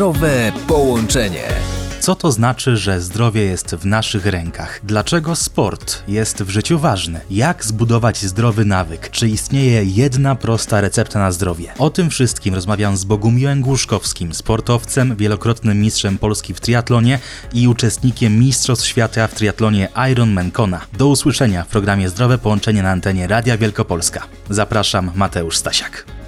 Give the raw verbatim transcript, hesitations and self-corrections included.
Zdrowe połączenie. Co to znaczy, że zdrowie jest w naszych rękach? Dlaczego sport jest w życiu ważny? Jak zbudować zdrowy nawyk? Czy istnieje jedna prosta recepta na zdrowie? O tym wszystkim rozmawiam z Bogumiłem Głuszkowskim, sportowcem, wielokrotnym mistrzem Polski w triatlonie i uczestnikiem Mistrzostw Świata w triatlonie Ironman Kona. Do usłyszenia w programie Zdrowe Połączenie na antenie Radia Wielkopolska. Zapraszam, Mateusz Stasiak.